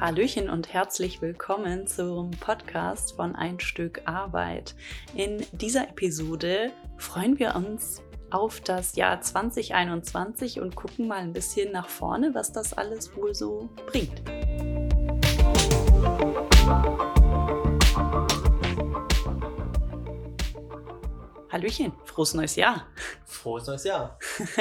Hallöchen und herzlich willkommen zum Podcast von Ein Stück Arbeit. In dieser Episode freuen wir uns auf das Jahr 2021 und gucken mal ein bisschen nach vorne, was das alles wohl so bringt. Hallöchen, frohes neues Jahr. Frohes neues Jahr.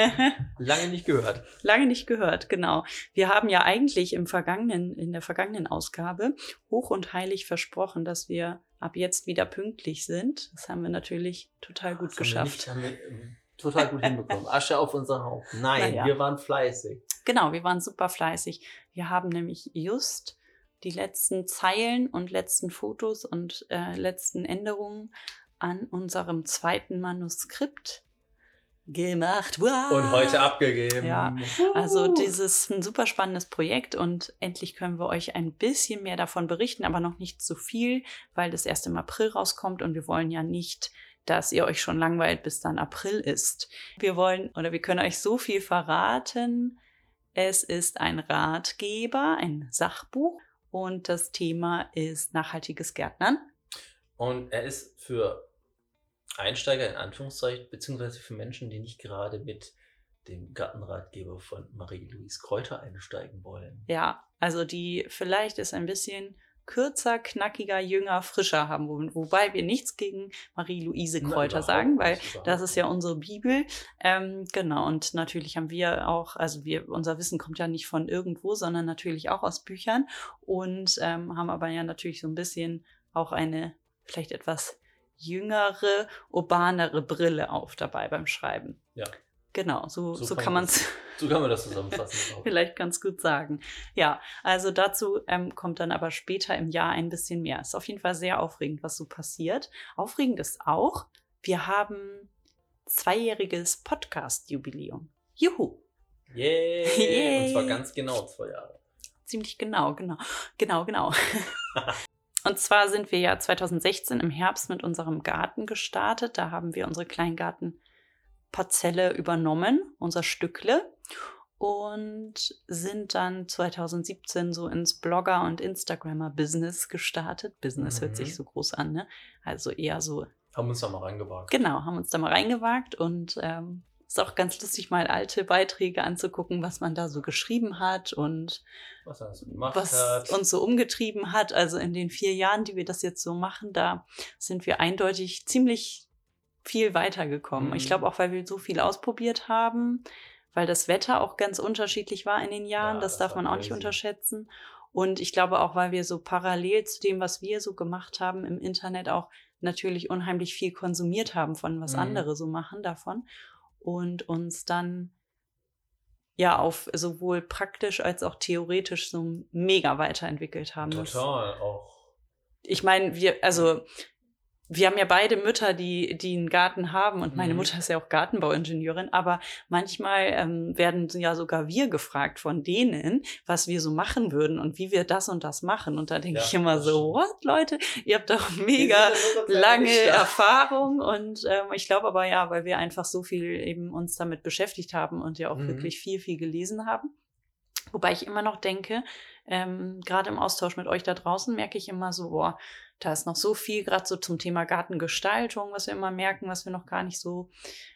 Lange nicht gehört. Lange nicht gehört, genau. Wir haben ja eigentlich in der vergangenen Ausgabe hoch und heilig versprochen, dass wir ab jetzt wieder pünktlich sind. Das haben wir natürlich total gut geschafft. Haben wir total gut hinbekommen. Asche auf unser Haupt. Nein, wir waren fleißig. Genau, wir waren super fleißig. Wir haben nämlich just die letzten Zeilen und letzten Fotos und letzten Änderungen an unserem zweiten Manuskript gemacht. Wow. Und heute abgegeben. Ja, also dieses ist ein super spannendes Projekt und endlich können wir euch ein bisschen mehr davon berichten, aber noch nicht so viel, weil das erst im April rauskommt und wir wollen ja nicht, dass ihr euch schon langweilt, bis dann April ist. Wir können euch so viel verraten. Es ist ein Ratgeber, ein Sachbuch und das Thema ist nachhaltiges Gärtnern. Und er ist für Einsteiger in Anführungszeichen, beziehungsweise für Menschen, die nicht gerade mit dem Gartenratgeber von Marie-Louise Kräuter einsteigen wollen. Ja, also die vielleicht ist ein bisschen kürzer, knackiger, jünger, frischer haben, wobei wir nichts gegen Marie-Louise Kräuter sagen, weil das ist ja unsere Bibel. Genau, und natürlich haben wir auch, unser Wissen kommt ja nicht von irgendwo, sondern natürlich auch aus Büchern und haben aber ja natürlich so ein bisschen auch eine vielleicht etwas jüngere, urbanere Brille auf dabei beim Schreiben. Ja. Genau, so kann man es. So kann man das zusammenfassen. Vielleicht ganz gut sagen. Ja, also dazu kommt dann aber später im Jahr ein bisschen mehr. Ist auf jeden Fall sehr aufregend, was so passiert. Aufregend ist auch, wir haben 2-jähriges Podcast-Jubiläum. Juhu! Yay! Und zwar ganz genau 2 Jahre. Ziemlich genau. Und zwar sind wir ja 2016 im Herbst mit unserem Garten gestartet. Da haben wir unsere Kleingartenparzelle übernommen, unser Stückle. Und sind dann 2017 so ins Blogger- und Instagrammer-Business gestartet. Business hört sich so groß an, ne? Also eher so. Haben uns da mal reingewagt. Genau, haben uns da mal reingewagt und ist auch ganz lustig, mal alte Beiträge anzugucken, was man da so geschrieben hat und was er so gemacht was hat. Uns so umgetrieben hat. Also in den 4 Jahren, die wir das jetzt so machen, da sind wir eindeutig ziemlich viel weitergekommen. Ich glaube auch, weil wir so viel ausprobiert haben, weil das Wetter auch ganz unterschiedlich war in den Jahren. Ja, das darf man auch nicht unterschätzen. Und ich glaube auch, weil wir so parallel zu dem, was wir so gemacht haben im Internet, auch natürlich unheimlich viel konsumiert haben von was andere so machen davon. Und uns dann ja auf sowohl praktisch als auch theoretisch so mega weiterentwickelt haben. Total, auch. Ich meine, wir haben ja beide Mütter, die einen Garten haben und meine Mutter ist ja auch Gartenbauingenieurin, aber manchmal werden ja sogar wir gefragt von denen, was wir so machen würden und wie wir das und das machen. Und da denke ich immer so, what, Leute, ihr habt doch mega lange Erfahrung und ich glaube aber ja, weil wir einfach so viel eben uns damit beschäftigt haben und ja auch wirklich viel, viel gelesen haben. Wobei ich immer noch denke, gerade im Austausch mit euch da draußen merke ich immer so, boah, da ist noch so viel, gerade so zum Thema Gartengestaltung, was wir immer merken, was wir noch gar nicht so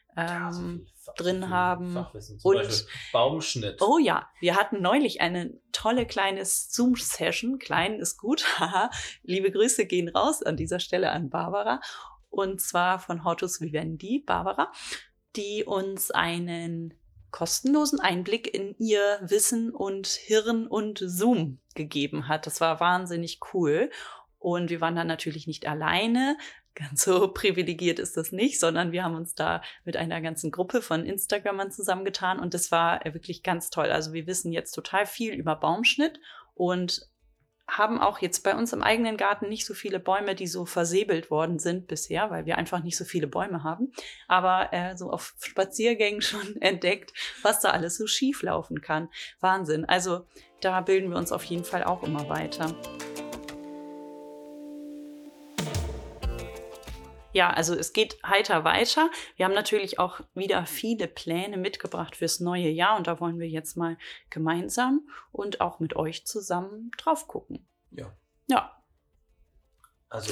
drin haben. Fachwissen, zum Beispiel Baumschnitt. Oh ja, wir hatten neulich eine tolle kleine Zoom-Session. Klein ist gut. Liebe Grüße gehen raus an dieser Stelle an Barbara. Und zwar von Hortus Vivendi, Barbara, die uns einen kostenlosen Einblick in ihr Wissen und Hirn und Zoom gegeben hat. Das war wahnsinnig cool. Und wir waren dann natürlich nicht alleine. Ganz so privilegiert ist das nicht, sondern wir haben uns da mit einer ganzen Gruppe von Instagrammern zusammengetan und das war wirklich ganz toll. Also wir wissen jetzt total viel über Baumschnitt und haben auch jetzt bei uns im eigenen Garten nicht so viele Bäume, die so versäbelt worden sind bisher, weil wir einfach nicht so viele Bäume haben. Aber so auf Spaziergängen schon entdeckt, was da alles so schief laufen kann. Wahnsinn. Also da bilden wir uns auf jeden Fall auch immer weiter. ja, also es geht heiter weiter. Wir haben natürlich auch wieder viele Pläne mitgebracht fürs neue Jahr und da wollen wir jetzt mal gemeinsam und auch mit euch zusammen drauf gucken. Ja. Ja. Also,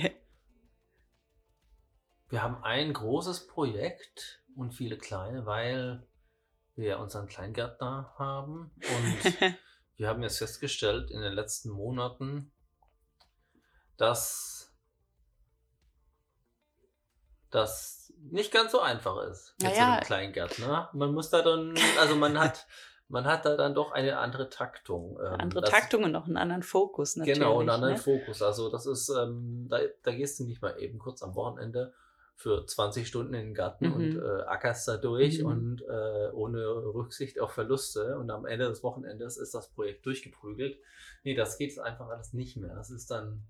wir haben ein großes Projekt und viele kleine, weil wir unseren Kleingärtner haben. Und wir haben jetzt festgestellt in den letzten Monaten, dass das nicht ganz so einfach ist mit so Naja. einem Kleingärtner. Man muss da dann, also man hat da dann doch eine andere Taktung. Andere Taktung und auch einen anderen Fokus natürlich. Genau, einen anderen ne? Fokus. Also das ist, da gehst du nicht mal eben kurz am Wochenende für 20 Stunden in den Garten und ackerst da durch und ohne Rücksicht auf Verluste. Und am Ende des Wochenendes ist das Projekt durchgeprügelt. Nee, das geht einfach alles nicht mehr. Das ist dann...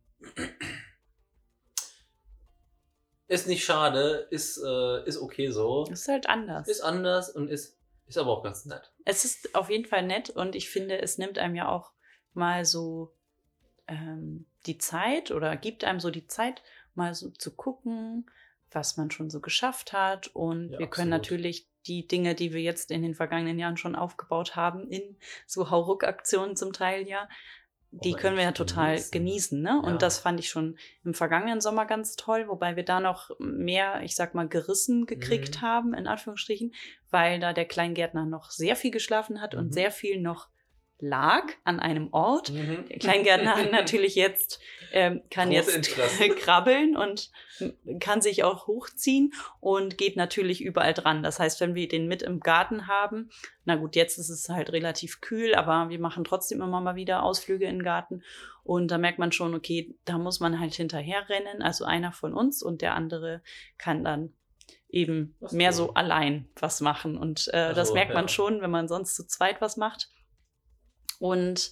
Ist nicht schade, ist okay so. Ist halt anders. Ist anders und ist aber auch ganz nett. Es ist auf jeden Fall nett und ich finde, es nimmt einem ja auch mal so die Zeit oder gibt einem so die Zeit, mal so zu gucken, was man schon so geschafft hat. Und Ja, wir können absolut. natürlich die Dinge, die wir jetzt in den vergangenen Jahren schon aufgebaut haben, in so Hauruck-Aktionen zum Teil ja, die können wir ja total genießen. Ne? Ja. Und das fand ich schon im vergangenen Sommer ganz toll, wobei wir da noch mehr, ich sag mal, gerissen gekriegt haben, in Anführungsstrichen, weil da der Kleingärtner noch sehr viel geschlafen hat und sehr viel noch lag an einem Ort. Der Kleingärtner hat natürlich jetzt, kann jetzt krabbeln und kann sich auch hochziehen und geht natürlich überall dran. Das heißt, wenn wir den mit im Garten haben, na gut, jetzt ist es halt relativ kühl, aber wir machen trotzdem immer mal wieder Ausflüge in den Garten und da merkt man schon, okay, da muss man halt hinterher rennen, also einer von uns und der andere kann dann eben mehr so allein was machen und das merkt man schon, wenn man sonst zu zweit was macht. Und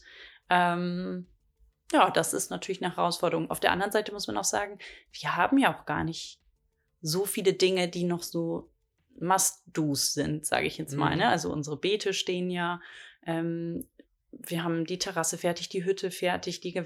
ja, das ist natürlich eine Herausforderung. Auf der anderen Seite muss man auch sagen, wir haben ja auch gar nicht so viele Dinge, die noch so Must-Dos sind, sage ich jetzt mal. Ne? Also unsere Beete stehen ja. Wir haben die Terrasse fertig, die Hütte fertig, die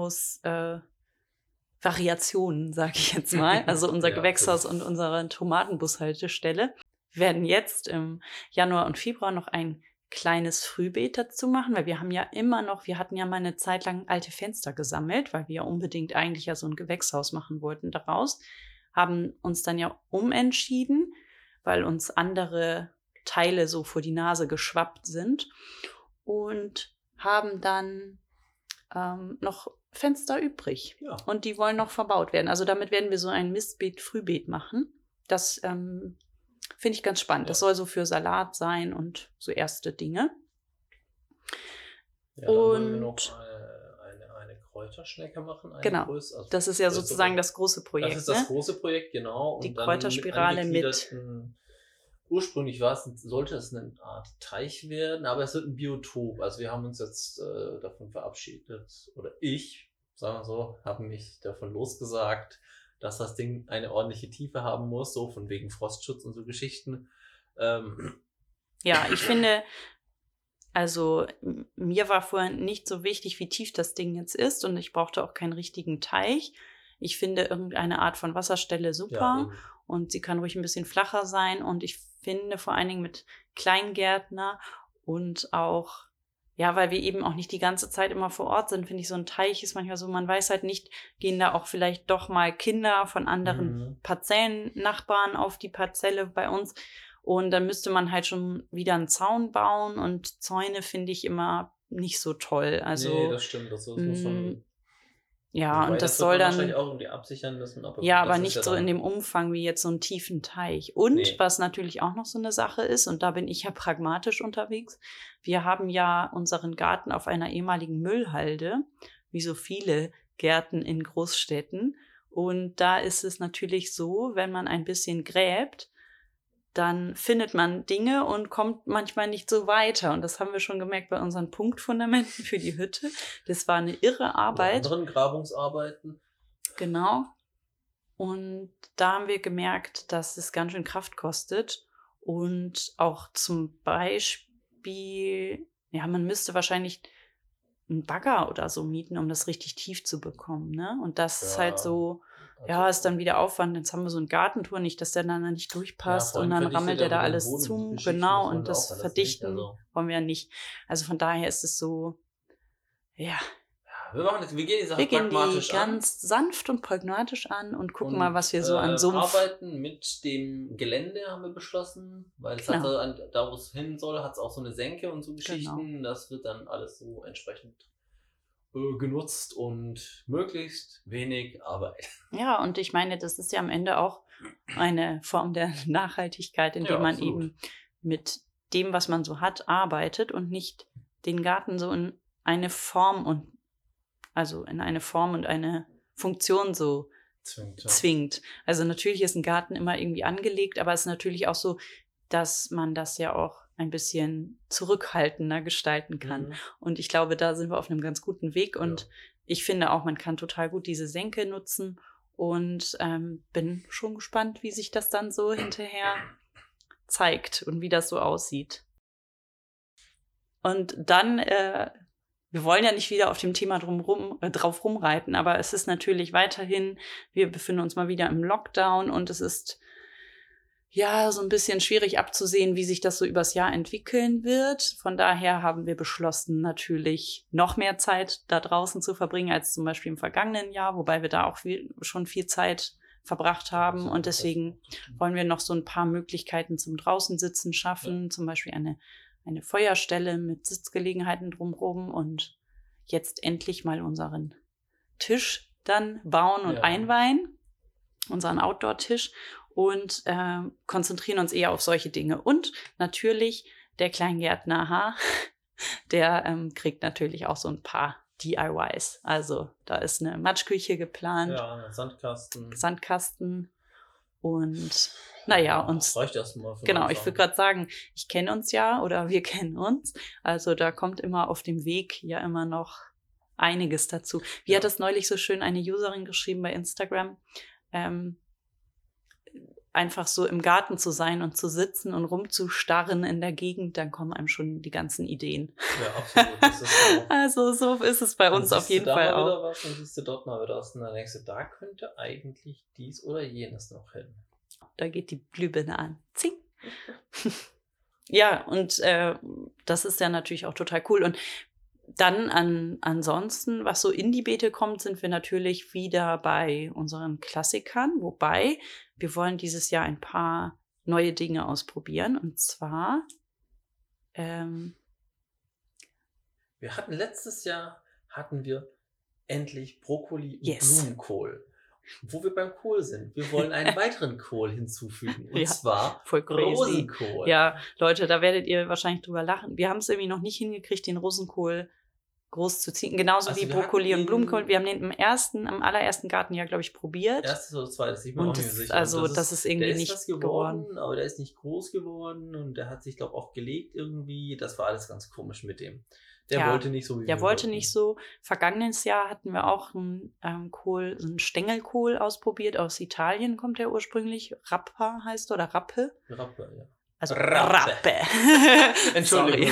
Gewächshaus-Variationen, sage ich jetzt mal. Also unser Gewächshaus und unsere Tomatenbushaltestelle. Wir werden jetzt im Januar und Februar noch ein kleines Frühbeet dazu machen, weil wir haben ja immer noch, wir hatten ja mal eine Zeit lang alte Fenster gesammelt, weil wir ja unbedingt eigentlich ja so ein Gewächshaus machen wollten daraus, haben uns dann ja umentschieden, weil uns andere Teile so vor die Nase geschwappt sind und haben dann noch Fenster übrig. Ja. Und die wollen noch verbaut werden. Also damit werden wir so ein Mistbeet, Frühbeet machen. Das finde ich ganz spannend. Ja. Das soll so für Salat sein und so erste Dinge. Ja, dann wollen wir noch eine Kräuterschnecke machen. Genau, also das ist ja sozusagen das große Projekt. Das ist das große Projekt, genau. Die Kräuterspirale mit... Ursprünglich sollte es eine Art Teich werden, aber es wird ein Biotop. Also wir haben uns jetzt davon verabschiedet, oder ich, sagen wir so, habe mich davon losgesagt, dass das Ding eine ordentliche Tiefe haben muss, so von wegen Frostschutz und so Geschichten. Ja, ich finde, also mir war vorher nicht so wichtig, wie tief das Ding jetzt ist und ich brauchte auch keinen richtigen Teich. Ich finde irgendeine Art von Wasserstelle super und sie kann ruhig ein bisschen flacher sein und ich finde vor allen Dingen mit Kleingärtner und auch, ja, weil wir eben auch nicht die ganze Zeit immer vor Ort sind, finde ich, so ein Teich ist manchmal so, man weiß halt nicht, gehen da auch vielleicht doch mal Kinder von anderen Parzellennachbarn auf die Parzelle bei uns und dann müsste man halt schon wieder einen Zaun bauen und Zäune finde ich immer nicht so toll. Also, nee, das stimmt, das muss man... Ja, und das soll dann wahrscheinlich auch irgendwie absichern müssen. Aber nicht ja so in dem Umfang wie jetzt so einen tiefen Teich. Und was natürlich auch noch so eine Sache ist, und da bin ich ja pragmatisch unterwegs, wir haben ja unseren Garten auf einer ehemaligen Müllhalde, wie so viele Gärten in Großstädten. Und da ist es natürlich so, wenn man ein bisschen gräbt, dann findet man Dinge und kommt manchmal nicht so weiter. Und das haben wir schon gemerkt bei unseren Punktfundamenten für die Hütte. Das war eine irre Arbeit. Oder anderen Grabungsarbeiten. Genau. Und da haben wir gemerkt, dass es ganz schön Kraft kostet. Und auch zum Beispiel, ja, man müsste wahrscheinlich einen Bagger oder so mieten, um das richtig tief zu bekommen. Ne? Und das ist halt so Ja, ist dann wieder Aufwand. Jetzt haben wir so ein Gartentor, nicht, dass der dann nicht durchpasst und dann rammelt der da alles zu. Genau, und das Verdichten wollen wir ja nicht. Also von daher ist es so, ja. Wir gehen die Sache pragmatisch an. Ganz sanft und pragmatisch an und gucken mal, was wir so an Sumpf... Arbeiten mit dem Gelände haben wir beschlossen, weil es hat da, wo es hin soll, hat es auch so eine Senke und so Geschichten. Genau. Das wird dann alles so entsprechend genutzt und möglichst wenig Arbeit. Ja, und ich meine, das ist ja am Ende auch eine Form der Nachhaltigkeit, indem man eben mit dem, was man so hat, arbeitet und nicht den Garten so in eine Form und eine Funktion so zwingt. Also natürlich ist ein Garten immer irgendwie angelegt, aber es ist natürlich auch so, dass man das ja auch ein bisschen zurückhaltender gestalten kann. Mhm. Und ich glaube, da sind wir auf einem ganz guten Weg. Und ich finde auch, man kann total gut diese Senke nutzen und bin schon gespannt, wie sich das dann so hinterher zeigt und wie das so aussieht. Und dann, wir wollen ja nicht wieder auf dem Thema drauf rumreiten, aber es ist natürlich weiterhin, wir befinden uns mal wieder im Lockdown und es ist ja so ein bisschen schwierig abzusehen, wie sich das so übers Jahr entwickeln wird. Von daher haben wir beschlossen, natürlich noch mehr Zeit da draußen zu verbringen als zum Beispiel im vergangenen Jahr, wobei wir da auch schon viel Zeit verbracht haben. Und deswegen wollen wir noch so ein paar Möglichkeiten zum Draußensitzen schaffen, zum Beispiel eine Feuerstelle mit Sitzgelegenheiten drumherum und jetzt endlich mal unseren Tisch dann bauen und einweihen, unseren Outdoor-Tisch. Und konzentrieren uns eher auf solche Dinge. Und natürlich der Kleingärtner, der kriegt natürlich auch so ein paar DIYs. Also da ist eine Matschküche geplant. Ja, ein Sandkasten. Und naja, das reicht erstmal. Genau, ich würde gerade sagen, ich kenne uns ja oder wir kennen uns. Also da kommt immer auf dem Weg ja immer noch einiges dazu. Wie hat das neulich so schön eine Userin geschrieben bei Instagram? Einfach so im Garten zu sein und zu sitzen und rumzustarren in der Gegend, dann kommen einem schon die ganzen Ideen. Ja, absolut. Das ist also so ist es bei uns auf jeden Fall auch. Wieder was, dann siehst du dort mal wieder was und dann denkst du, da könnte eigentlich dies oder jenes noch hin. Da geht die Glühbirne an. Zing! Ja, und das ist ja natürlich auch total cool. Und dann ansonsten, was so in die Beete kommt, sind wir natürlich wieder bei unseren Klassikern. Wobei, wir wollen dieses Jahr ein paar neue Dinge ausprobieren. Und zwar letztes Jahr hatten wir endlich Brokkoli und Blumenkohl. Wo wir beim Kohl sind. Wir wollen einen weiteren Kohl hinzufügen. Und zwar Rosenkohl. Ja, Leute, da werdet ihr wahrscheinlich drüber lachen. Wir haben es irgendwie noch nicht hingekriegt, den Rosenkohl groß zu ziehen. Genauso wie Brokkoli und Blumenkohl. Wir haben den am allerersten Gartenjahr, glaube ich, probiert. Erstes oder zweites, ich bin auch nicht sicher. Also das ist irgendwie nicht geworden. Aber der ist nicht groß geworden und der hat sich, glaube ich, auch gelegt irgendwie. Das war alles ganz komisch mit dem. Der wollte nicht so, wie wir Der wollte nicht so. Vergangenes Jahr hatten wir auch einen Stängelkohl ausprobiert. Aus Italien kommt der ursprünglich. Rappa heißt er, oder Rappe. Rappe, ja. Also Rappe. Entschuldigung.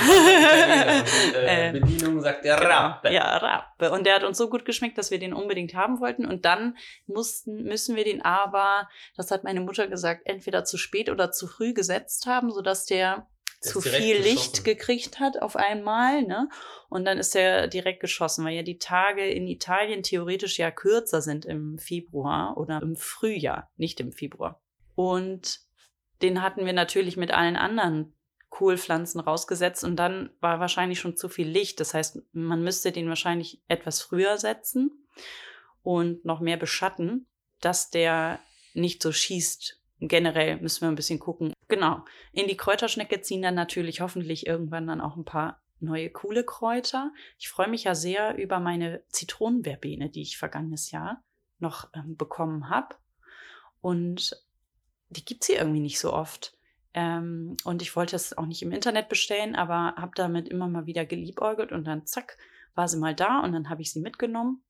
Bedienung sagt der Rappe. Ja, Rappe. Und der hat uns so gut geschmeckt, dass wir den unbedingt haben wollten. Und dann müssen wir den aber, das hat meine Mutter gesagt, entweder zu spät oder zu früh gesetzt haben, sodass der zu viel Licht gekriegt hat auf einmal, ne? Und dann ist er direkt geschossen, weil ja die Tage in Italien theoretisch ja kürzer sind im Februar oder im Frühjahr, nicht im Februar. Und den hatten wir natürlich mit allen anderen Kohlpflanzen rausgesetzt und dann war wahrscheinlich schon zu viel Licht. Das heißt, man müsste den wahrscheinlich etwas früher setzen und noch mehr beschatten, dass der nicht so schießt. Generell müssen wir ein bisschen gucken. Genau, in die Kräuterschnecke ziehen dann natürlich hoffentlich irgendwann dann auch ein paar neue coole Kräuter. Ich freue mich ja sehr über meine Zitronenverbene, die ich vergangenes Jahr noch bekommen habe. Und die gibt's hier irgendwie nicht so oft. Und ich wollte es auch nicht im Internet bestellen, aber habe damit immer mal wieder geliebäugelt und dann zack, war sie mal da und dann habe ich sie mitgenommen.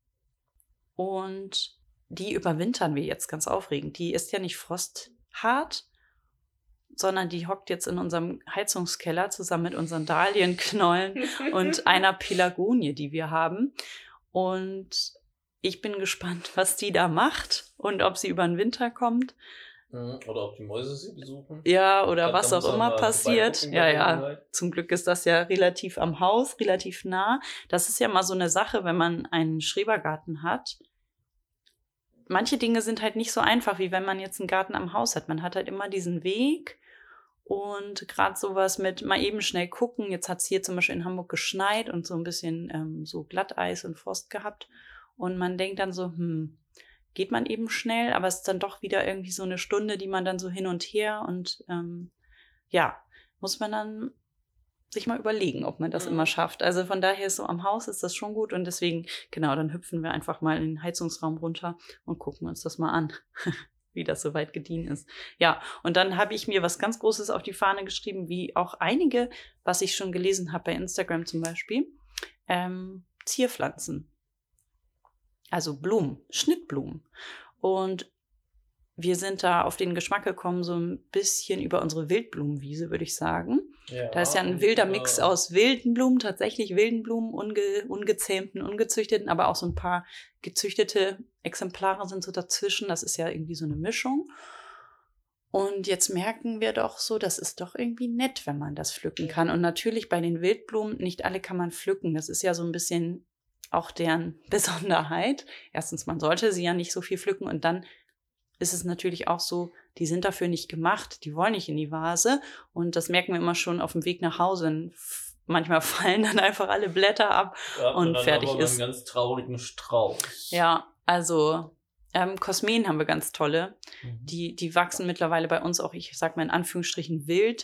Und die überwintern wir jetzt ganz aufregend. Die ist ja nicht frosthart, sondern die hockt jetzt in unserem Heizungskeller zusammen mit unseren Dahlienknollen und einer Pelargonie, die wir haben. Und ich bin gespannt, was die da macht und ob sie über den Winter kommt. Oder ob die Mäuse sie besuchen. Ja, oder Ich glaub, was da auch muss man immer mal passiert. vorbeigucken Ja, bei ja. Gelegenheit. Zum Glück ist das ja relativ am Haus, relativ nah. Das ist ja mal so eine Sache, wenn man einen Schrebergarten hat. Manche Dinge sind halt nicht so einfach, wie wenn man jetzt einen Garten am Haus hat. Man hat halt immer diesen Weg und gerade sowas mit mal eben schnell gucken. Jetzt hat es hier zum Beispiel in Hamburg geschneit und so ein bisschen so Glatteis und Frost gehabt. Und man denkt dann so, geht man eben schnell, aber es ist dann doch wieder irgendwie so eine Stunde, die man dann so hin und her und muss man dann sich mal überlegen, ob man das immer schafft. Also von daher ist so am Haus ist das schon gut und deswegen, genau, dann hüpfen wir einfach mal in den Heizungsraum runter und gucken uns das mal an, wie das soweit gediehen ist. Ja, und dann habe ich mir was ganz Großes auf die Fahne geschrieben, wie auch einige, was ich schon gelesen habe bei Instagram zum Beispiel, Zierpflanzen. Also Blumen, Schnittblumen. Und wir sind da auf den Geschmack gekommen, so ein bisschen über unsere Wildblumenwiese, würde ich sagen. Ja, Da ist ja ein wilder Mix aus wilden Blumen, tatsächlich wilden Blumen, ungezähmten, ungezüchteten, aber auch so ein paar gezüchtete Exemplare sind so dazwischen. Das ist ja irgendwie so eine Mischung. Und jetzt merken wir doch so, das ist doch irgendwie nett, wenn man das pflücken kann. Und natürlich bei den Wildblumen, nicht alle kann man pflücken. Das ist ja so ein bisschen auch deren Besonderheit. Erstens, man sollte sie ja nicht so viel pflücken und dann ist es natürlich auch so, die sind dafür nicht gemacht, die wollen nicht in die Vase und das merken wir immer schon auf dem Weg nach Hause. Manchmal fallen dann einfach alle Blätter ab und dann fertig haben wir ist. einen ganz traurigen Strauch. Ja, also Kosmeen haben wir ganz tolle. Die wachsen mittlerweile bei uns auch, ich sag mal in Anführungsstrichen, wild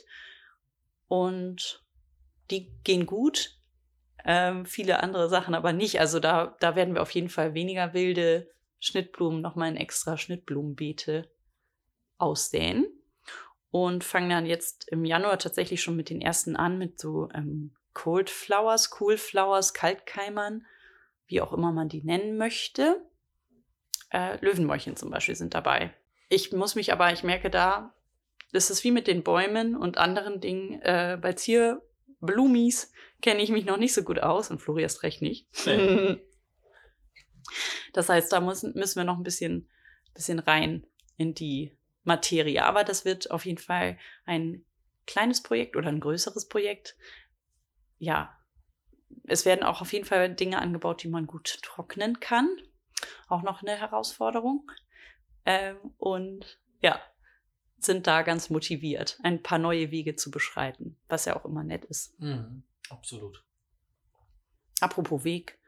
und die gehen gut. Viele andere Sachen aber nicht. Also da werden wir auf jeden Fall weniger wilde Schnittblumen, nochmal in extra Schnittblumenbeete aussäen und fangen dann jetzt im Januar tatsächlich schon mit den ersten an, mit so Cool Flowers, Kaltkeimern, wie auch immer man die nennen möchte. Löwenmäulchen zum Beispiel sind dabei. Ich merke da, das ist wie mit den Bäumen und anderen Dingen, bei Zierblumis kenne ich mich noch nicht so gut aus und Flori erst recht nicht. Nee. Das heißt, da müssen wir noch ein bisschen rein in die Materie. Aber das wird auf jeden Fall ein kleines Projekt oder ein größeres Projekt. Ja, es werden auch auf jeden Fall Dinge angebaut, die man gut trocknen kann. Auch noch eine Herausforderung. Und ja, sind da ganz motiviert, ein paar neue Wege zu beschreiten, was ja auch immer nett ist. Absolut. Apropos Weg.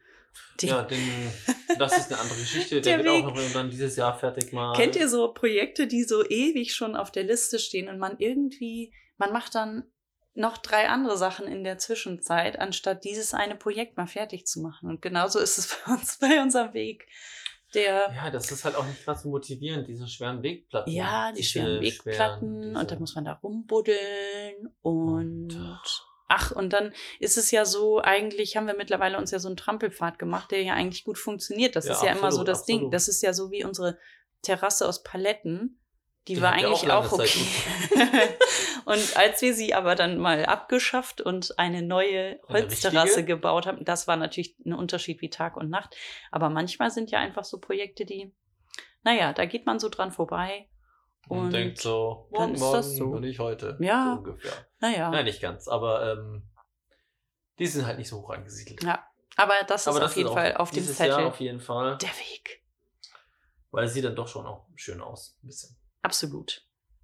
Das ist eine andere Geschichte. Der wird auch noch irgendwann dieses Jahr fertig mal. Kennt ihr so Projekte, die so ewig schon auf der Liste stehen und man macht dann noch 3 andere Sachen in der Zwischenzeit, anstatt dieses eine Projekt mal fertig zu machen. Und genauso ist es bei unserem Weg. Ja, das ist halt auch nicht gerade so motivierend, diese schweren Wegplatten. Ja, die schweren Wegplatten und dann muss man da rumbuddeln und dann ist es ja so, eigentlich haben wir mittlerweile uns ja so einen Trampelpfad gemacht, der ja eigentlich gut funktioniert. Das ist ja immer so das Ding. Das ist ja so wie unsere Terrasse aus Paletten. Die war eigentlich auch okay. Und als wir sie aber dann mal abgeschafft und eine neue Holzterrasse gebaut haben, das war natürlich ein Unterschied wie Tag und Nacht. Aber manchmal sind ja einfach so Projekte, da geht man so dran vorbei. Und denkt so, dann ist das so. Und nicht heute. Ja. So ungefähr. Naja. Nein, nicht ganz, aber die sind halt nicht so hoch angesiedelt. Ja, aber das ist auf jeden Fall auf dem Zettel. Jahr auf jeden Fall. Der Weg. Weil es sieht dann doch schon auch schön aus, ein bisschen. Absolut.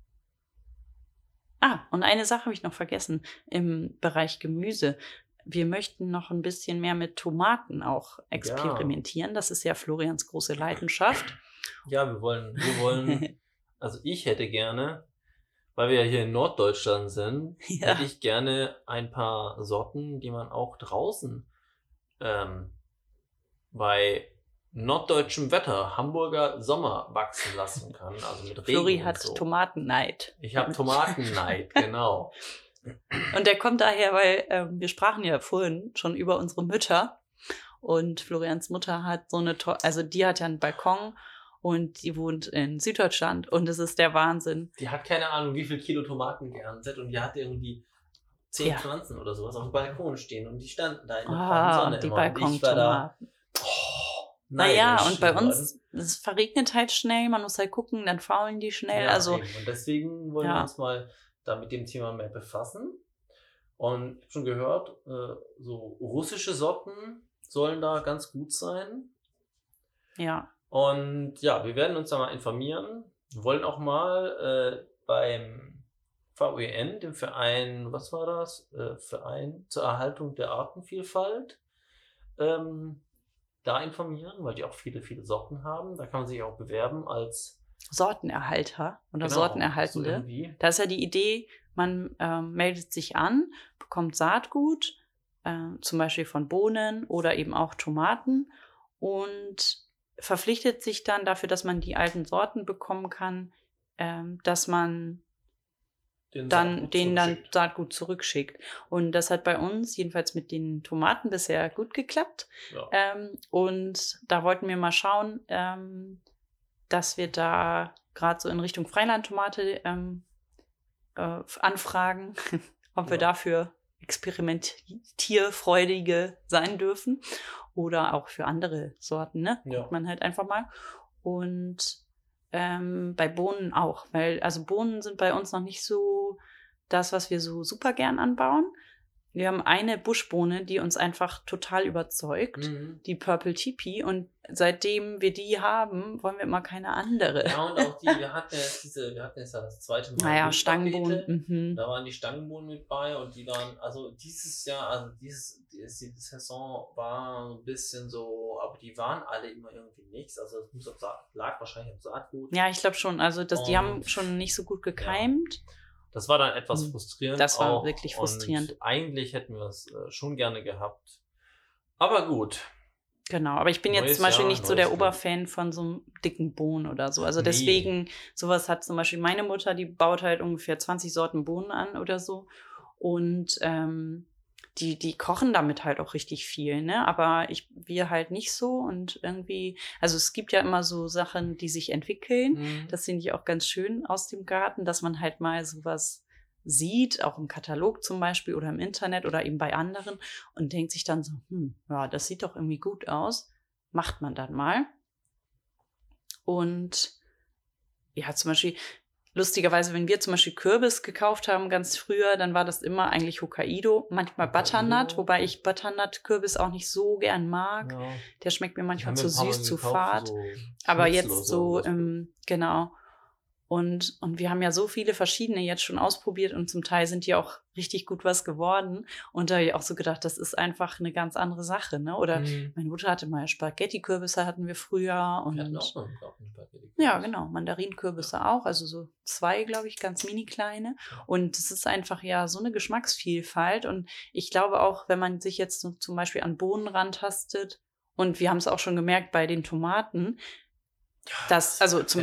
Und eine Sache habe ich noch vergessen im Bereich Gemüse. Wir möchten noch ein bisschen mehr mit Tomaten auch experimentieren. Ja. Das ist ja Florians große Leidenschaft. Ja, wir wollen, also ich hätte gerne, weil wir ja hier in Norddeutschland sind, hätte ich gerne ein paar Sorten, die man auch draußen bei norddeutschem Wetter, Hamburger Sommer wachsen lassen kann. Also mit Regen. Flori hat so. Tomatenneid. Ich habe Tomatenneid, genau. Und der kommt daher, weil wir sprachen ja vorhin schon über unsere Mütter. Und Florians Mutter hat die hat ja einen Balkon und die wohnt in Süddeutschland und es ist der Wahnsinn. Die hat keine Ahnung, wie viel Kilo Tomaten geerntet und die hat irgendwie 10 Pflanzen oder sowas auf dem Balkon stehen und die standen da in der Sonne die immer. Balkontomaten. Naja, neidisch und bei geworden. uns, es verregnet halt schnell, man muss halt gucken, dann faulen die schnell. Ja, Also, eben. Und deswegen wollen wir ja. uns mal da mit dem Thema mehr befassen. Und ich habe schon gehört, so russische Socken sollen da ganz gut sein. Ja. Und ja, wir werden uns da mal informieren. Wir wollen auch mal beim VEN, dem Verein, was war das? Verein zur Erhaltung der Artenvielfalt, da informieren, weil die auch viele, viele Sorten haben. Da kann man sich auch bewerben als Sortenerhalter oder genau, Sortenerhaltende. so irgendwie. Da ist ja die Idee, man meldet sich an, bekommt Saatgut, zum Beispiel von Bohnen oder eben auch Tomaten und verpflichtet sich dann dafür, dass man die alten Sorten bekommen kann, dass man denen dann Saatgut zurückschickt. Und das hat bei uns, jedenfalls mit den Tomaten, bisher gut geklappt. Ja. Und da wollten wir mal schauen, dass wir da gerade so in Richtung Freilandtomate anfragen, ob wir Ja. dafür experimentierfreudige sein dürfen oder auch für andere Sorten, ne? Ja. Guckt man halt einfach mal. Und bei Bohnen auch, weil also Bohnen sind bei uns noch nicht so das, was wir so super gern anbauen. Wir haben eine Buschbohne, die uns einfach total überzeugt, die Purple Teepee, und seitdem wir die haben, wollen wir immer keine andere. Ja, und auch wir hatten jetzt das zweite Mal. Naja, Wildpakete. Stangenbohnen. Da waren die Stangenbohnen mit bei und die waren, also dieses Jahr, also die Saison war ein bisschen so, aber die waren alle immer irgendwie nichts. Also es lag wahrscheinlich am Saatgut. Ja, ich glaube schon. Also die haben schon nicht so gut gekeimt. Ja. Das war dann etwas frustrierend. Das war auch, wirklich frustrierend. Und eigentlich hätten wir es schon gerne gehabt. Aber gut. Genau, aber ich bin jetzt zum Beispiel nicht so der Oberfan von so einem dicken Bohnen oder so. Also deswegen, sowas hat zum Beispiel meine Mutter, die baut halt ungefähr 20 Sorten Bohnen an oder so. Und die kochen damit halt auch richtig viel, ne? Aber wir halt nicht so. Und irgendwie, also es gibt ja immer so Sachen, die sich entwickeln. Das finde ich auch ganz schön aus dem Garten, dass man halt mal sowas sieht, auch im Katalog zum Beispiel oder im Internet oder eben bei anderen, und denkt sich dann so, ja, das sieht doch irgendwie gut aus. Macht man dann mal. Und ja, zum Beispiel, lustigerweise, wenn wir zum Beispiel Kürbis gekauft haben ganz früher, dann war das immer eigentlich Hokkaido, manchmal Butternut, wobei ich Butternut-Kürbis auch nicht so gern mag. Ja. Der schmeckt mir manchmal zu süß, zu fad. So aber jetzt so, genau. Und wir haben ja so viele verschiedene jetzt schon ausprobiert und zum Teil sind die auch richtig gut was geworden. Und da habe ich auch so gedacht, das ist einfach eine ganz andere Sache, ne? Oder meine Mutter hatte mal Spaghetti-Kürbisse hatten wir früher. Und wir hatten auch mal Spaghetti-Kürbisse. Ja, genau. Mandarin-Kürbisse auch. Also so 2, glaube ich, ganz mini kleine. Und es ist einfach ja so eine Geschmacksvielfalt. Und ich glaube auch, wenn man sich jetzt so zum Beispiel an Bohnen rantastet, und wir haben es auch schon gemerkt bei den Tomaten, also zum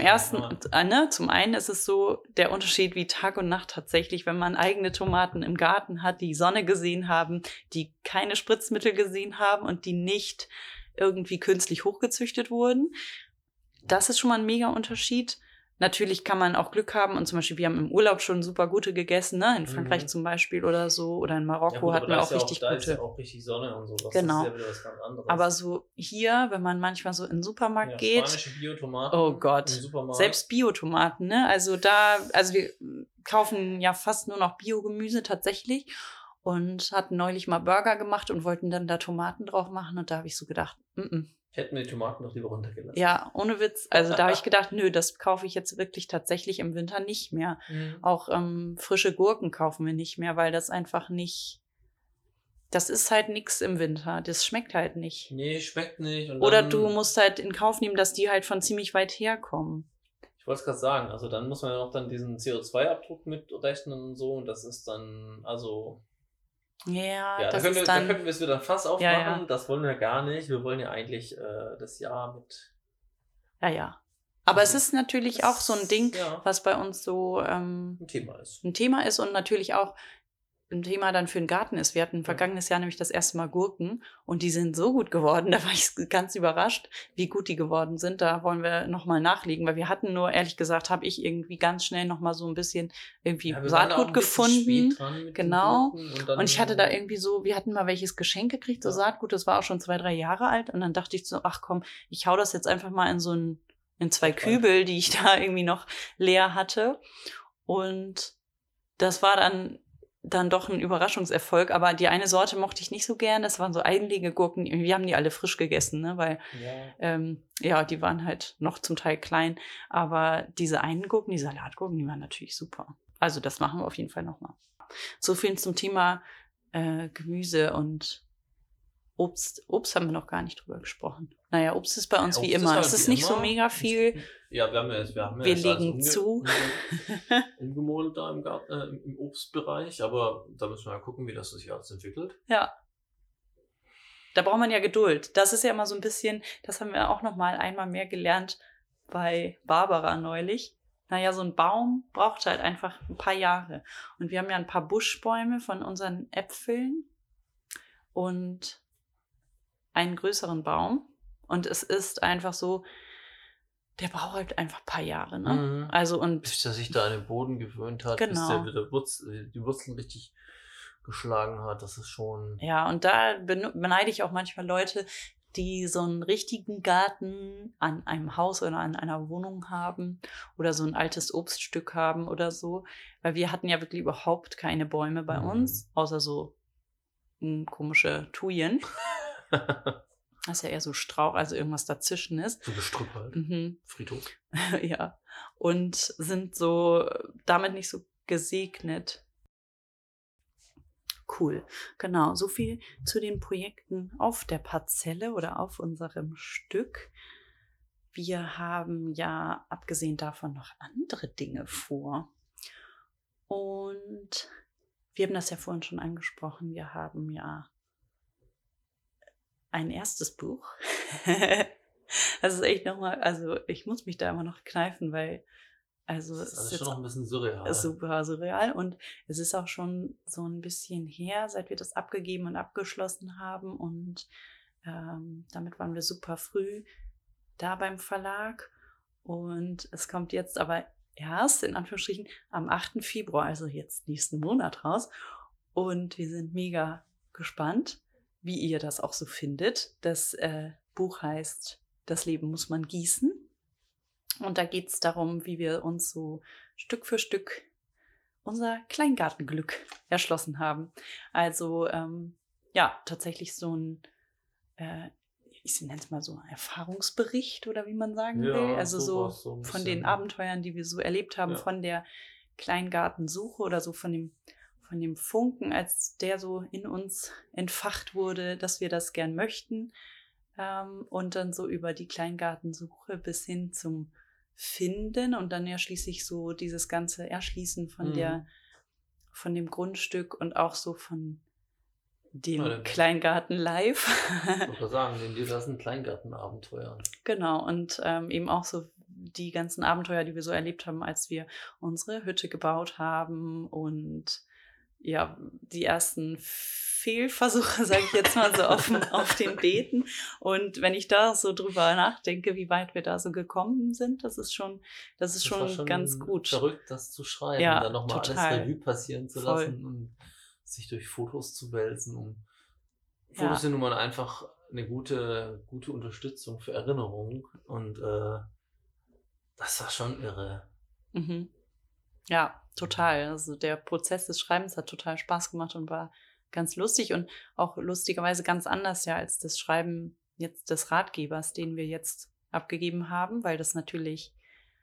einen ist es so der Unterschied wie Tag und Nacht tatsächlich, wenn man eigene Tomaten im Garten hat, die Sonne gesehen haben, die keine Spritzmittel gesehen haben und die nicht irgendwie künstlich hochgezüchtet wurden. Das ist schon mal ein mega Unterschied. Natürlich kann man auch Glück haben und zum Beispiel, wir haben im Urlaub schon super gute gegessen, ne? In Frankreich zum Beispiel oder so, oder in Marokko hatten wir auch richtig gute. Da ist ja auch richtig Sonne und sowas. Genau. Das ist ja wieder was ganz anderes. Aber so hier, wenn man manchmal so in den Supermarkt geht. Spanische Biotomaten. Oh Gott. Selbst Biotomaten, ne? Also wir kaufen ja fast nur noch Biogemüse tatsächlich und hatten neulich mal Burger gemacht und wollten dann da Tomaten drauf machen und da habe ich so gedacht, Hätten wir die Tomaten noch lieber runtergelassen. Ja, ohne Witz. Also da habe ich gedacht, nö, das kaufe ich jetzt wirklich tatsächlich im Winter nicht mehr. Auch frische Gurken kaufen wir nicht mehr, weil das einfach nicht, das ist halt nichts im Winter. Das schmeckt halt nicht. Nee, schmeckt nicht. Und oder du musst halt in Kauf nehmen, dass die halt von ziemlich weit herkommen. Ich wollte es gerade sagen, also dann muss man ja noch dann diesen CO2-Abdruck mitrechnen und so, und das ist dann, also... Ja, da könnten wir es wieder fast aufmachen. Ja. Das wollen wir gar nicht. Wir wollen ja eigentlich das Jahr mit... Ja. Aber es ist natürlich auch so ein Ding, was bei uns so ein Thema ist. Und natürlich auch, ein Thema dann für den Garten ist. Wir hatten vergangenes Jahr nämlich das erste Mal Gurken und die sind so gut geworden. Da war ich ganz überrascht, wie gut die geworden sind. Da wollen wir nochmal nachlegen, weil wir hatten nur, ehrlich gesagt, habe ich irgendwie ganz schnell nochmal so ein bisschen irgendwie Saatgut gefunden. Genau. Und ich hatte da irgendwie so, wir hatten mal welches Geschenk gekriegt, so Saatgut, das war auch schon 2-3 Jahre alt. Und dann dachte ich so, ach komm, ich hau das jetzt einfach mal in 2 Kübel, die ich da irgendwie noch leer hatte. Und das war dann doch ein Überraschungserfolg, aber die eine Sorte mochte ich nicht so gern, das waren so Einlegegurken, wir haben die alle frisch gegessen, ne, weil die waren halt noch zum Teil klein, aber diese einen Gurken, die Salatgurken, die waren natürlich super. Also das machen wir auf jeden Fall nochmal. So viel zum Thema Gemüse und Obst. Obst haben wir noch gar nicht drüber gesprochen. Naja, Obst ist bei uns wie immer. Es ist nicht so mega viel. Ja, wir legen zu. Umgemodelt da im Garten, im Obstbereich, aber da müssen wir mal gucken, wie das sich jetzt entwickelt. Ja. Da braucht man ja Geduld. Das ist ja immer so ein bisschen, das haben wir auch noch mal einmal mehr gelernt bei Barbara neulich. Naja, so ein Baum braucht halt einfach ein paar Jahre. Und wir haben ja ein paar Buschbäume von unseren Äpfeln und einen größeren Baum. Und es ist einfach so, der braucht halt einfach ein paar Jahre, ne? Mhm. Also bis der sich da an den Boden gewöhnt hat, genau. Bis der wieder die Wurzeln richtig geschlagen hat, das ist schon... Ja, und da beneide ich auch manchmal Leute, die so einen richtigen Garten an einem Haus oder an einer Wohnung haben oder so ein altes Obststück haben oder so. Weil wir hatten ja wirklich überhaupt keine Bäume bei uns, außer so komische Thujen. Das ist ja eher so Strauch, also irgendwas dazwischen ist. So Gestrüpp halt. Friedhof. Ja. Und sind so damit nicht so gesegnet. Cool. Genau, so viel zu den Projekten auf der Parzelle oder auf unserem Stück. Wir haben ja abgesehen davon noch andere Dinge vor. Und wir haben das ja vorhin schon angesprochen. Wir haben ja ein erstes Buch. Das ist echt nochmal, also ich muss mich da immer noch kneifen, weil das ist schon noch ein bisschen surreal. Super surreal und es ist auch schon so ein bisschen her, seit wir das abgegeben und abgeschlossen haben und damit waren wir super früh da beim Verlag und es kommt jetzt aber erst in Anführungsstrichen am 8. Februar, also jetzt nächsten Monat raus und wir sind mega gespannt, wie ihr das auch so findet. Das Buch heißt Das Leben muss man gießen. Und da geht es darum, wie wir uns so Stück für Stück unser Kleingartenglück erschlossen haben. Also tatsächlich so ein, ich nenne es mal so ein Erfahrungsbericht oder wie man sagen will. Also so von den Abenteuern, die wir so erlebt haben, von der Kleingartensuche oder so von dem Funken, als der so in uns entfacht wurde, dass wir das gern möchten. Und dann so über die Kleingartensuche bis hin zum Finden und dann ja schließlich so dieses ganze Erschließen von dem Grundstück und auch so von dem Kleingarten live. Ich wollte sagen, den diversen Kleingartenabenteuern. Genau, und eben auch so die ganzen Abenteuer, die wir so erlebt haben, als wir unsere Hütte gebaut haben und ja, die ersten Fehlversuche, sage ich jetzt mal so, auf den Beeten. Und wenn ich da so drüber nachdenke, wie weit wir da so gekommen sind, das ist schon ganz gut. Verrückt, das zu schreiben, ja, dann nochmal alles Revue passieren zu lassen und sich durch Fotos zu wälzen. Fotos sind nun mal einfach eine gute Unterstützung für Erinnerung und das war schon irre. Mhm. Ja, total. Also der Prozess des Schreibens hat total Spaß gemacht und war ganz lustig und auch lustigerweise ganz anders ja als das Schreiben jetzt des Ratgebers, den wir jetzt abgegeben haben, weil das natürlich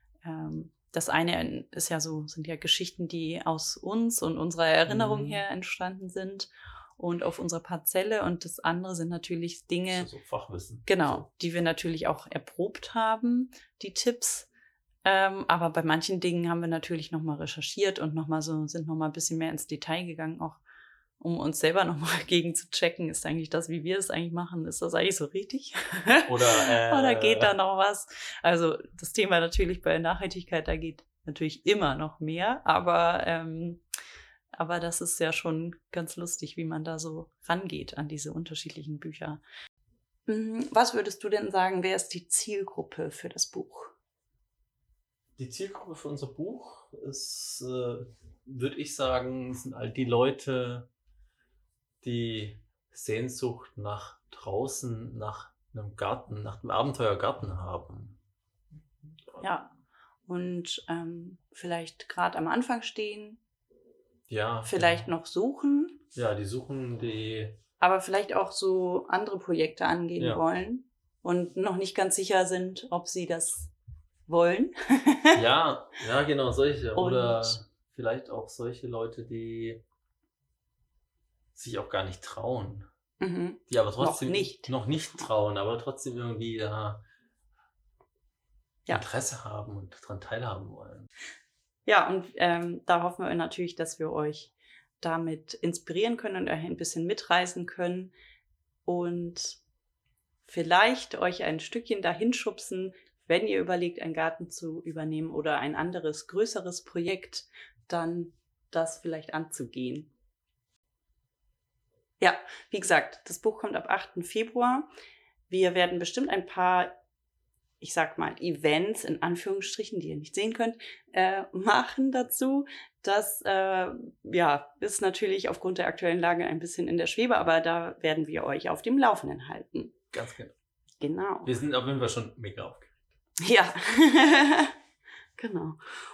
das eine ist ja so, sind ja Geschichten, die aus uns und unserer Erinnerung her entstanden sind und auf unserer Parzelle und das andere sind natürlich Dinge, so Fachwissen. Genau, die wir natürlich auch erprobt haben, die Tipps. Aber bei manchen Dingen haben wir natürlich nochmal recherchiert und sind nochmal ein bisschen mehr ins Detail gegangen, auch um uns selber nochmal gegen zu checken, ist eigentlich das, wie wir das eigentlich machen, ist das eigentlich so richtig? Oder geht da noch was? Also das Thema natürlich bei Nachhaltigkeit, da geht natürlich immer noch mehr, aber Aber das ist ja schon ganz lustig, wie man da so rangeht an diese unterschiedlichen Bücher. Was würdest du denn sagen, wer ist die Zielgruppe für das Buch? Die Zielgruppe für unser Buch ist, würde ich sagen, sind all die Leute, die Sehnsucht nach draußen, nach einem Garten, nach einem Abenteuergarten haben. Ja, und vielleicht gerade am Anfang stehen, Ja, vielleicht genau. noch suchen, Ja, die suchen die. aber vielleicht auch so andere Projekte angehen Ja. wollen und noch nicht ganz sicher sind, ob sie das wollen. Ja, genau, solche. Und- Oder vielleicht auch solche Leute, die sich auch gar nicht trauen. Mhm. Die aber trotzdem Noch nicht. trauen, aber trotzdem irgendwie Ja. Interesse haben und daran teilhaben wollen. Ja, und da hoffen wir natürlich, dass wir euch damit inspirieren können und euch ein bisschen mitreißen können und vielleicht euch ein Stückchen dahin schubsen, wenn ihr überlegt, einen Garten zu übernehmen oder ein anderes, größeres Projekt, dann das vielleicht anzugehen. Ja, wie gesagt, das Buch kommt ab 8. Februar. Wir werden bestimmt ein paar, ich sag mal, Events in Anführungsstrichen, die ihr nicht sehen könnt, machen dazu. Das ist natürlich aufgrund der aktuellen Lage ein bisschen in der Schwebe, aber da werden wir euch auf dem Laufenden halten. Ganz genau. Genau. Wir sind auf jeden Fall schon mega aufgeregt. Ja, genau.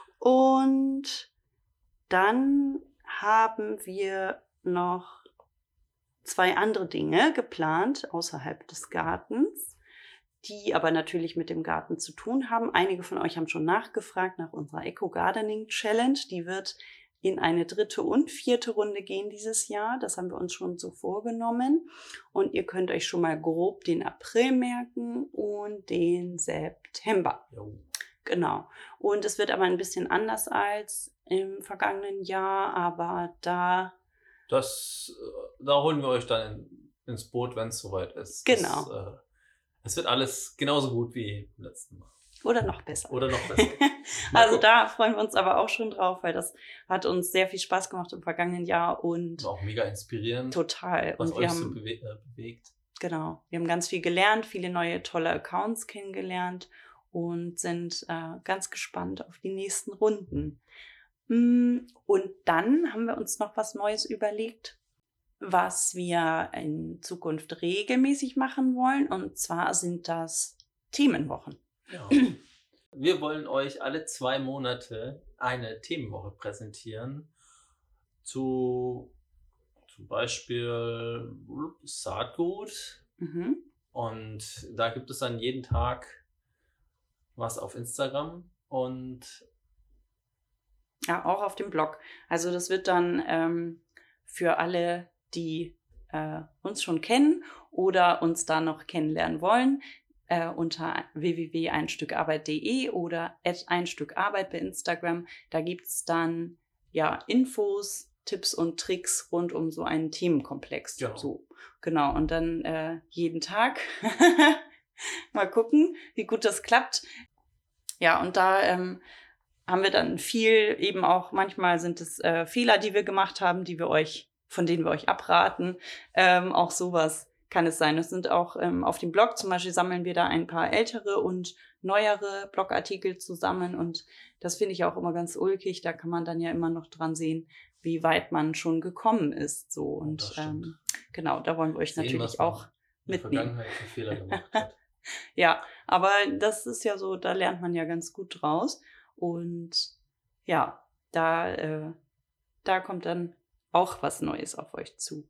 Und dann haben wir noch 2 andere Dinge geplant außerhalb des Gartens, die aber natürlich mit dem Garten zu tun haben. Einige von euch haben schon nachgefragt nach unserer Eco-Gardening-Challenge. Die wird in eine 3. und 4. Runde gehen dieses Jahr. Das haben wir uns schon so vorgenommen. Und ihr könnt euch schon mal grob den April merken und den September. Jo. Genau. Und es wird aber ein bisschen anders als im vergangenen Jahr, aber da holen wir euch dann ins Boot, wenn es soweit ist. Genau. Es wird alles genauso gut wie im letzten Mal. Oder noch besser. Also da freuen wir uns aber auch schon drauf, weil das hat uns sehr viel Spaß gemacht im vergangenen Jahr und war auch mega inspirierend. Total. Was und euch wir so haben bewegt. Genau. Wir haben ganz viel gelernt, viele neue tolle Accounts kennengelernt und sind ganz gespannt auf die nächsten Runden. Und dann haben wir uns noch was Neues überlegt, was wir in Zukunft regelmäßig machen wollen. Und zwar sind das Themenwochen. Ja. Wir wollen euch alle 2 Monate eine Themenwoche präsentieren. Zum Beispiel Saatgut. Mhm. Und da gibt es dann jeden Tag was auf Instagram und ja, auch auf dem Blog. Also das wird dann für alle, die uns schon kennen oder uns da noch kennenlernen wollen, unter www.einstückarbeit.de oder @einstückarbeit bei Instagram. Da gibt es dann ja Infos, Tipps und Tricks rund um so einen Themenkomplex. Genau. So, genau. Und dann jeden Tag mal gucken, wie gut das klappt. Ja, und da haben wir dann viel, eben auch manchmal sind es Fehler, die wir gemacht haben, von denen wir euch abraten. Auch sowas kann es sein. Es sind auch auf dem Blog zum Beispiel sammeln wir da ein paar ältere und neuere Blogartikel zusammen und das finde ich auch immer ganz ulkig. Da kann man dann ja immer noch dran sehen, wie weit man schon gekommen ist. So und genau, da wollen wir euch natürlich auch mitnehmen. In der Vergangenheit für Fehler gemacht hat. Ja, aber das ist ja so, da lernt man ja ganz gut draus. Und ja, da kommt dann auch was Neues auf euch zu.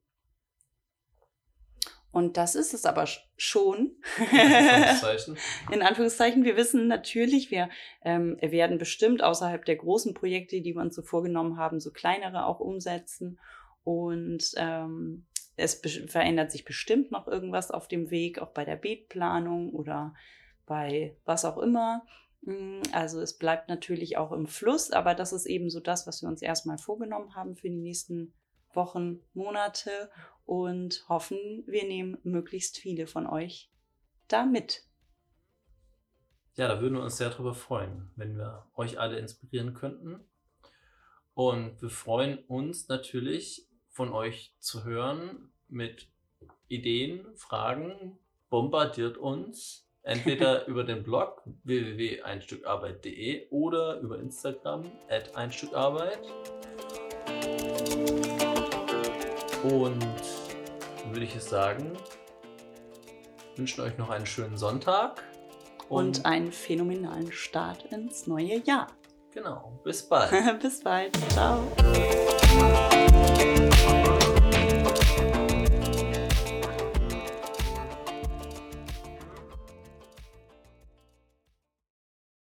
Und das ist es aber schon. In Anführungszeichen. Wir wissen natürlich, wir werden bestimmt außerhalb der großen Projekte, die wir uns so vorgenommen haben, so kleinere auch umsetzen. Und es verändert sich bestimmt noch irgendwas auf dem Weg, auch bei der Beetplanung oder bei was auch immer. Also es bleibt natürlich auch im Fluss, aber das ist eben so das, was wir uns erstmal vorgenommen haben für die nächsten Wochen, Monate und hoffen, wir nehmen möglichst viele von euch da mit. Ja, da würden wir uns sehr drüber freuen, wenn wir euch alle inspirieren könnten. Und wir freuen uns natürlich, von euch zu hören mit Ideen, Fragen. Bombardiert uns entweder über den Blog www.einstückarbeit.de oder über Instagram @einstückarbeit. Und dann würde ich es sagen, wünschen euch noch einen schönen Sonntag. Und einen phänomenalen Start ins neue Jahr. Genau, bis bald. Bis bald. Ciao.